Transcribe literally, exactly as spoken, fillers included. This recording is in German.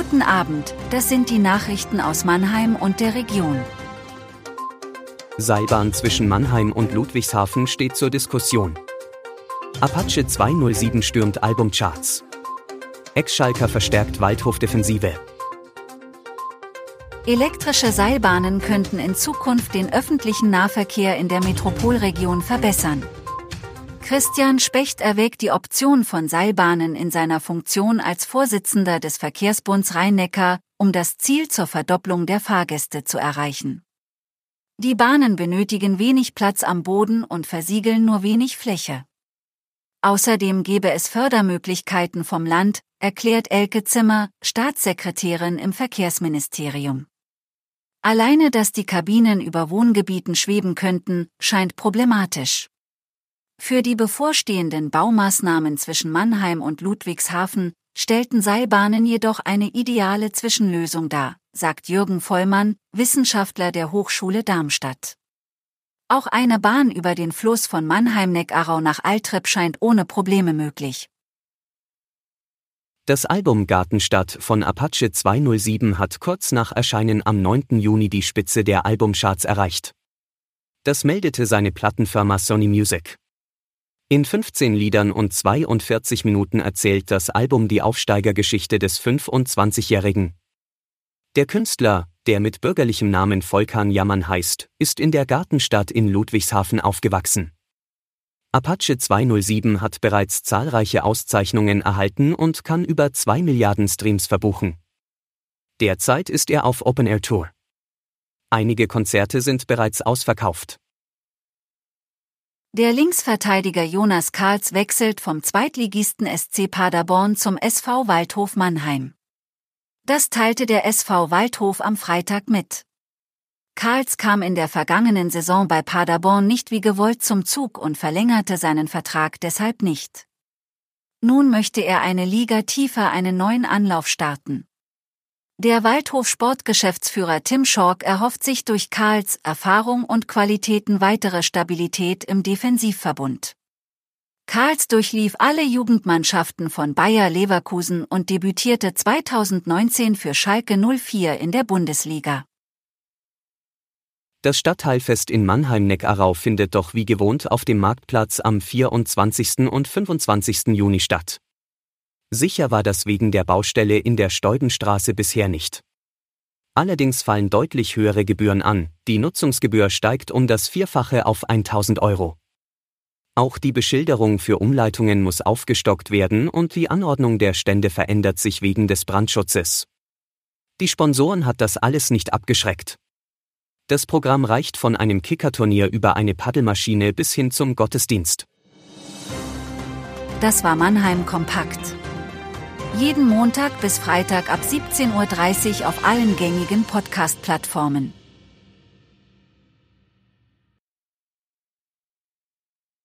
Guten Abend, das sind die Nachrichten aus Mannheim und der Region. Seilbahn zwischen Mannheim und Ludwigshafen steht zur Diskussion. Apache zweihundertsieben stürmt Albumcharts. Ex-Schalker verstärkt Waldhof-Defensive. Elektrische Seilbahnen könnten in Zukunft den öffentlichen Nahverkehr in der Metropolregion verbessern. Christian Specht erwägt die Option von Seilbahnen in seiner Funktion als Vorsitzender des Verkehrsbunds Rhein-Neckar, um das Ziel zur Verdopplung der Fahrgäste zu erreichen. Die Bahnen benötigen wenig Platz am Boden und versiegeln nur wenig Fläche. Außerdem gäbe es Fördermöglichkeiten vom Land, erklärt Elke Zimmer, Staatssekretärin im Verkehrsministerium. Alleine, dass die Kabinen über Wohngebieten schweben könnten, scheint problematisch. Für die bevorstehenden Baumaßnahmen zwischen Mannheim und Ludwigshafen stellten Seilbahnen jedoch eine ideale Zwischenlösung dar, sagt Jürgen Vollmann, Wissenschaftler der Hochschule Darmstadt. Auch eine Bahn über den Fluss von Mannheim-Neckarau nach Altrep scheint ohne Probleme möglich. Das Album Gartenstadt von Apache zweihundertsieben hat kurz nach Erscheinen am neunten Juni die Spitze der Albumcharts erreicht. Das meldete seine Plattenfirma Sony Music. In fünfzehn Liedern und zweiundvierzig Minuten erzählt das Album die Aufsteigergeschichte des fünfundzwanzigjährigen. Der Künstler, der mit bürgerlichem Namen Volkan Yaman heißt, ist in der Gartenstadt in Ludwigshafen aufgewachsen. Apache zweihundertsieben hat bereits zahlreiche Auszeichnungen erhalten und kann über zwei Milliarden Streams verbuchen. Derzeit ist er auf Open-Air-Tour. Einige Konzerte sind bereits ausverkauft. Der Linksverteidiger Jonas Karls wechselt vom Zweitligisten S C Paderborn zum S V Waldhof Mannheim. Das teilte der S V Waldhof am Freitag mit. Karls kam in der vergangenen Saison bei Paderborn nicht wie gewollt zum Zug und verlängerte seinen Vertrag deshalb nicht. Nun möchte er eine Liga tiefer einen neuen Anlauf starten. Der Waldhof-Sportgeschäftsführer Tim Schork erhofft sich durch Karls Erfahrung und Qualitäten weitere Stabilität im Defensivverbund. Karls durchlief alle Jugendmannschaften von Bayer Leverkusen und debütierte zweitausendneunzehn für Schalke null vier in der Bundesliga. Das Stadtteilfest in Mannheim-Neckarau findet doch wie gewohnt auf dem Marktplatz am vierundzwanzigsten und fünfundzwanzigsten Juni statt. Sicher war das wegen der Baustelle in der Steubenstraße bisher nicht. Allerdings fallen deutlich höhere Gebühren an, die Nutzungsgebühr steigt um das Vierfache auf tausend Euro. Auch die Beschilderung für Umleitungen muss aufgestockt werden und die Anordnung der Stände verändert sich wegen des Brandschutzes. Die Sponsoren hat das alles nicht abgeschreckt. Das Programm reicht von einem Kickerturnier über eine Paddelmaschine bis hin zum Gottesdienst. Das war Mannheim Kompakt. Jeden Montag bis Freitag ab siebzehn Uhr dreißig auf allen gängigen Podcast-Plattformen.